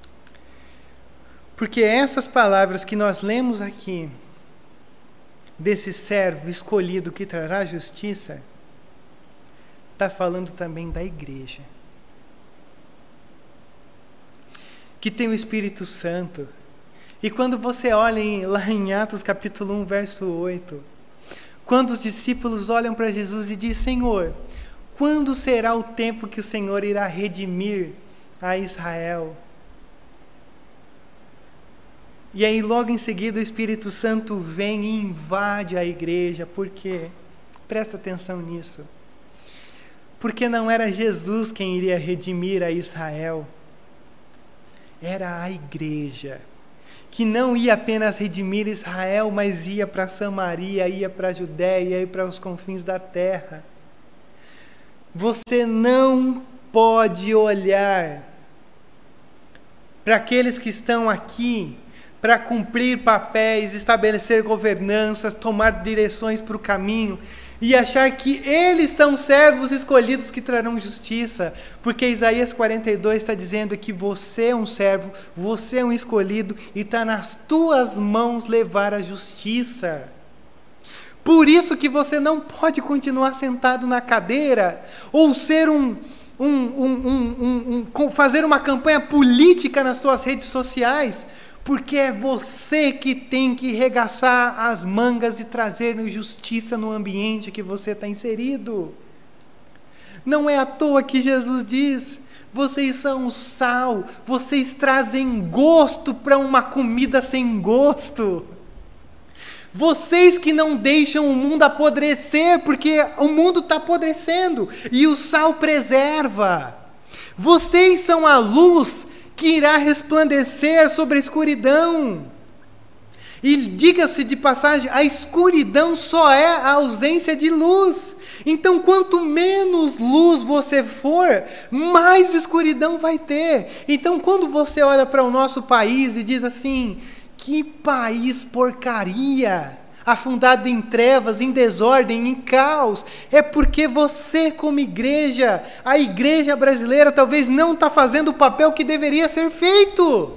Porque essas palavras que nós lemos aqui, desse servo escolhido que trará justiça, está falando também da igreja. Que tem o Espírito Santo. E quando você olha lá em Atos capítulo 1, verso 8, quando os discípulos olham para Jesus e dizem, Senhor, quando será o tempo que o Senhor irá redimir a Israel? E aí logo em seguida o Espírito Santo vem e invade a igreja. Por quê? Presta atenção nisso. Porque não era Jesus quem iria redimir a Israel. Era a igreja, que não ia apenas redimir Israel, mas ia para Samaria, ia para a Judéia, ia para os confins da terra. Você não pode olhar para aqueles que estão aqui para cumprir papéis, estabelecer governanças, tomar direções para o caminho e achar que eles são servos escolhidos que trarão justiça, porque Isaías 42 está dizendo que você é um servo, você é um escolhido e está nas tuas mãos levar a justiça. Por isso que você não pode continuar sentado na cadeira ou ser fazer uma campanha política nas suas redes sociais, porque é você que tem que regaçar as mangas e trazer justiça no ambiente que você está inserido. Não é à toa que Jesus diz, vocês são o sal, vocês trazem gosto para uma comida sem gosto. Vocês que não deixam o mundo apodrecer, porque o mundo está apodrecendo, e o sal preserva. Vocês são a luz que irá resplandecer sobre a escuridão. E diga-se de passagem, a escuridão só é a ausência de luz. Então, quanto menos luz você for, mais escuridão vai ter. Então, quando você olha para o nosso país e diz assim, que país porcaria, afundado em trevas, em desordem, em caos, é porque você como igreja, a igreja brasileira talvez não está fazendo o papel que deveria ser feito.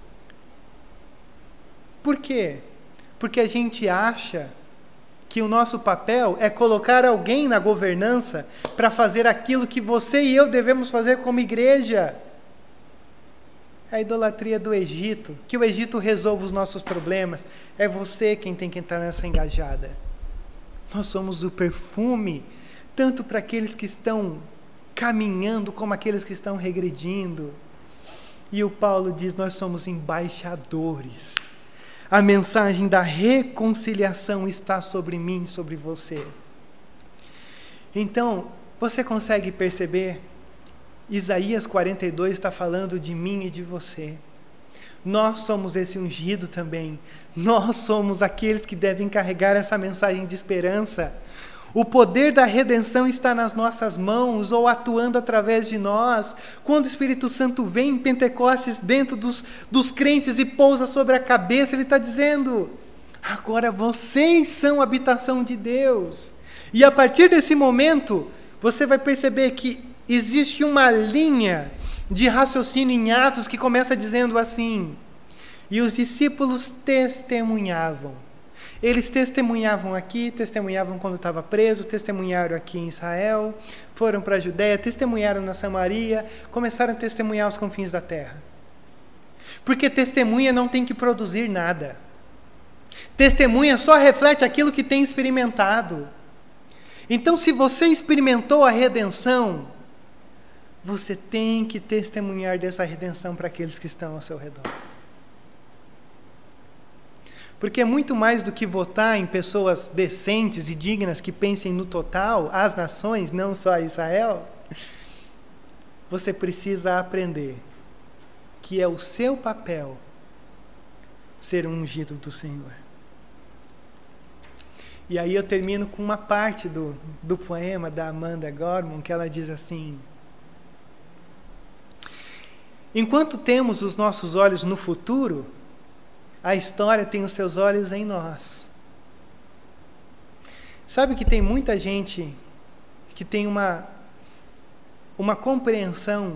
Por quê? Porque a gente acha que o nosso papel é colocar alguém na governança para fazer aquilo que você e eu devemos fazer como igreja. a idolatria do Egito, que o Egito resolva os nossos problemas. É você quem tem que entrar nessa engajada. Nós somos o perfume, tanto para aqueles que estão caminhando, como aqueles que estão regredindo. E o Paulo diz, nós somos embaixadores. A mensagem da reconciliação está sobre mim, sobre você. Então, você consegue perceber? Isaías 42 está falando de mim e de você. Nós somos esse ungido também. Nós somos aqueles que devem carregar essa mensagem de esperança. O poder da redenção está nas nossas mãos, ou atuando através de nós. Quando o Espírito Santo vem em Pentecostes dentro dos crentes e pousa sobre a cabeça, ele está dizendo, agora vocês são a habitação de Deus. E a partir desse momento, você vai perceber que existe uma linha de raciocínio em Atos que começa dizendo assim, e os discípulos testemunhavam. Eles testemunhavam aqui, testemunhavam quando estava preso, testemunharam aqui em Israel, foram para a Judéia, testemunharam na Samaria, começaram a testemunhar os confins da terra. Porque testemunha não tem que produzir nada. Testemunha só reflete aquilo que tem experimentado. Então, se você experimentou a redenção, você tem que testemunhar dessa redenção para aqueles que estão ao seu redor. Porque é muito mais do que votar em pessoas decentes e dignas que pensem no total, as nações, não só Israel. Você precisa aprender que é o seu papel ser um ungido do Senhor. E aí eu termino com uma parte do poema da Amanda Gorman, que ela diz assim, enquanto temos os nossos olhos no futuro, a história tem os seus olhos em nós. Sabe que tem muita gente que tem uma compreensão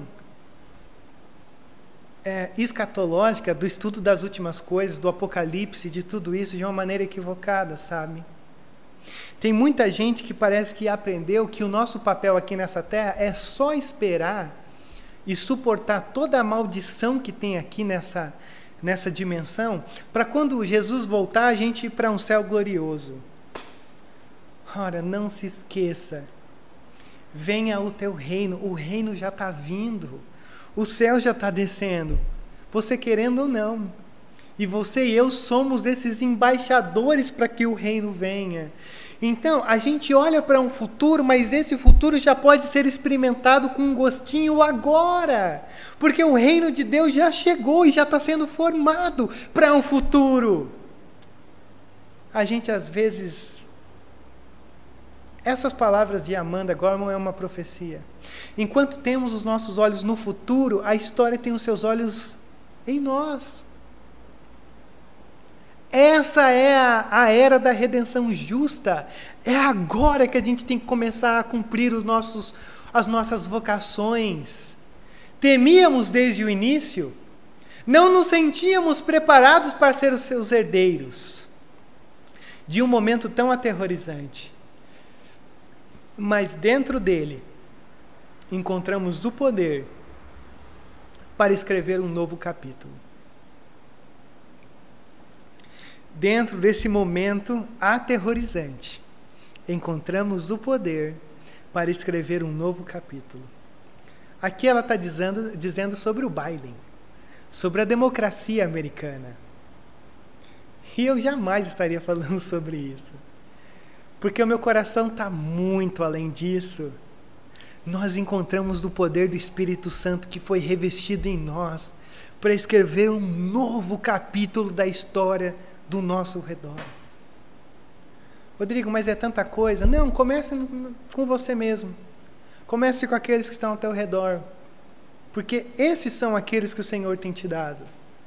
escatológica do estudo das últimas coisas, do Apocalipse, de tudo isso, de uma maneira equivocada, sabe? Tem muita gente que parece que aprendeu que o nosso papel aqui nessa terra é só esperar e suportar toda a maldição que tem aqui nessa dimensão, para quando Jesus voltar, a gente ir para um céu glorioso. Ora, não se esqueça, venha o teu reino, o reino já está vindo, o céu já está descendo, você querendo ou não. E você e eu somos esses embaixadores para que o reino venha. Então, a gente olha para um futuro, mas esse futuro já pode ser experimentado com um gostinho agora. Porque o reino de Deus já chegou e já está sendo formado para um futuro. A gente, às vezes... Essas palavras de Amanda Gorman é uma profecia. Enquanto temos os nossos olhos no futuro, a história tem os seus olhos em nós. Essa é a era da redenção justa. É agora que a gente tem que começar a cumprir as nossas vocações. Temíamos desde o início, não nos sentíamos preparados para ser os seus herdeiros de um momento tão aterrorizante. Mas dentro dele, encontramos o poder para escrever um novo capítulo. Dentro desse momento aterrorizante, encontramos o poder para escrever um novo capítulo. Aqui ela está dizendo sobre o Biden, sobre a democracia americana. E eu jamais estaria falando sobre isso, porque o meu coração está muito além disso. Nós encontramos o poder do Espírito Santo que foi revestido em nós para escrever um novo capítulo da história do nosso redor. Rodrigo, mas é tanta coisa. Não, comece com você mesmo. Comece com aqueles que estão ao teu redor. Porque esses são aqueles que o Senhor tem te dado.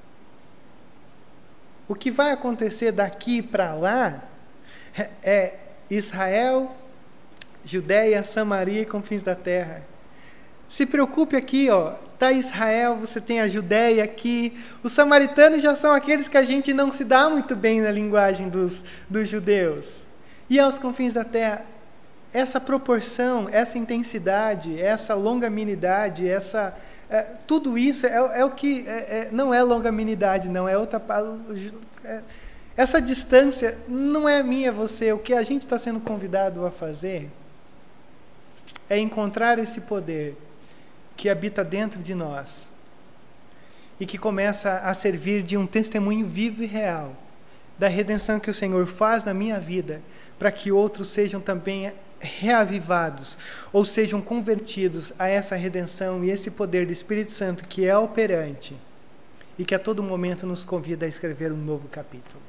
O que vai acontecer daqui para lá é Israel, Judéia, Samaria e confins da terra. Se preocupe aqui, está Israel, você tem a Judéia aqui. Os samaritanos já são aqueles que a gente não se dá muito bem na linguagem dos judeus. E aos confins da terra, essa proporção, essa intensidade, essa longanimidade, tudo isso é o que não é longanimidade, não é outra. Essa distância não é minha, você. O que a gente está sendo convidado a fazer é encontrar esse poder que habita dentro de nós e que começa a servir de um testemunho vivo e real da redenção que o Senhor faz na minha vida, para que outros sejam também reavivados ou sejam convertidos a essa redenção e esse poder do Espírito Santo que é operante e que a todo momento nos convida a escrever um novo capítulo.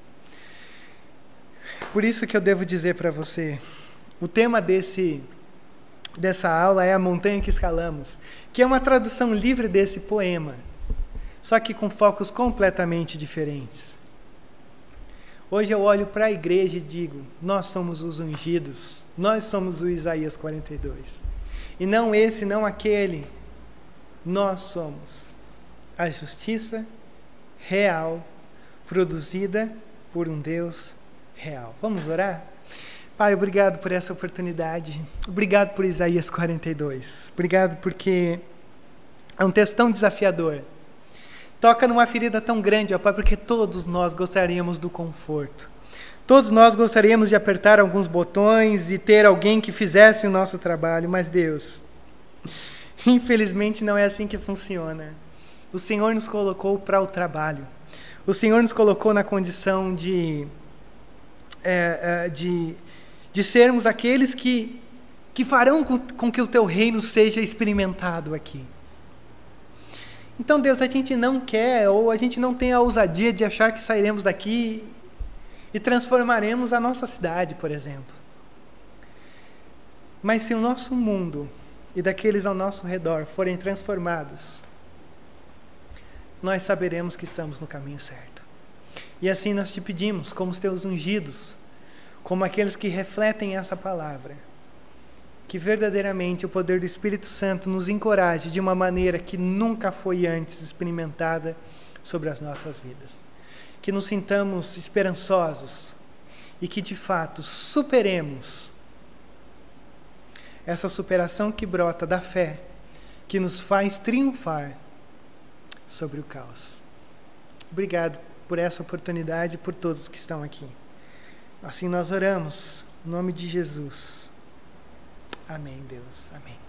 Por isso que eu devo dizer para você, o tema dessa aula é a montanha que escalamos, que é uma tradução livre desse poema, só que com focos completamente diferentes. Hoje eu olho para a igreja e digo, nós somos os ungidos, nós somos o Isaías 42. E não esse, não aquele. Nós somos a justiça real, produzida por um Deus real. Vamos orar? Pai, obrigado por essa oportunidade. Obrigado por Isaías 42. Obrigado porque é um texto tão desafiador. Toca numa ferida tão grande, ó Pai, porque todos nós gostaríamos do conforto. Todos nós gostaríamos de apertar alguns botões e ter alguém que fizesse o nosso trabalho, mas Deus, infelizmente não é assim que funciona. O Senhor nos colocou para o trabalho. O Senhor nos colocou na condição de sermos aqueles que farão com que o Teu reino seja experimentado aqui. Então, Deus, a gente não quer, ou a gente não tem a ousadia de achar que sairemos daqui e transformaremos a nossa cidade, por exemplo. Mas se o nosso mundo e daqueles ao nosso redor forem transformados, nós saberemos que estamos no caminho certo. E assim nós te pedimos, como os teus ungidos, como aqueles que refletem essa palavra, que verdadeiramente o poder do Espírito Santo nos encoraje de uma maneira que nunca foi antes experimentada sobre as nossas vidas. Que nos sintamos esperançosos e que de fato superemos essa superação que brota da fé, que nos faz triunfar sobre o caos. Obrigado por essa oportunidade e por todos que estão aqui. Assim nós oramos, em nome de Jesus. Amém, Deus. Amém.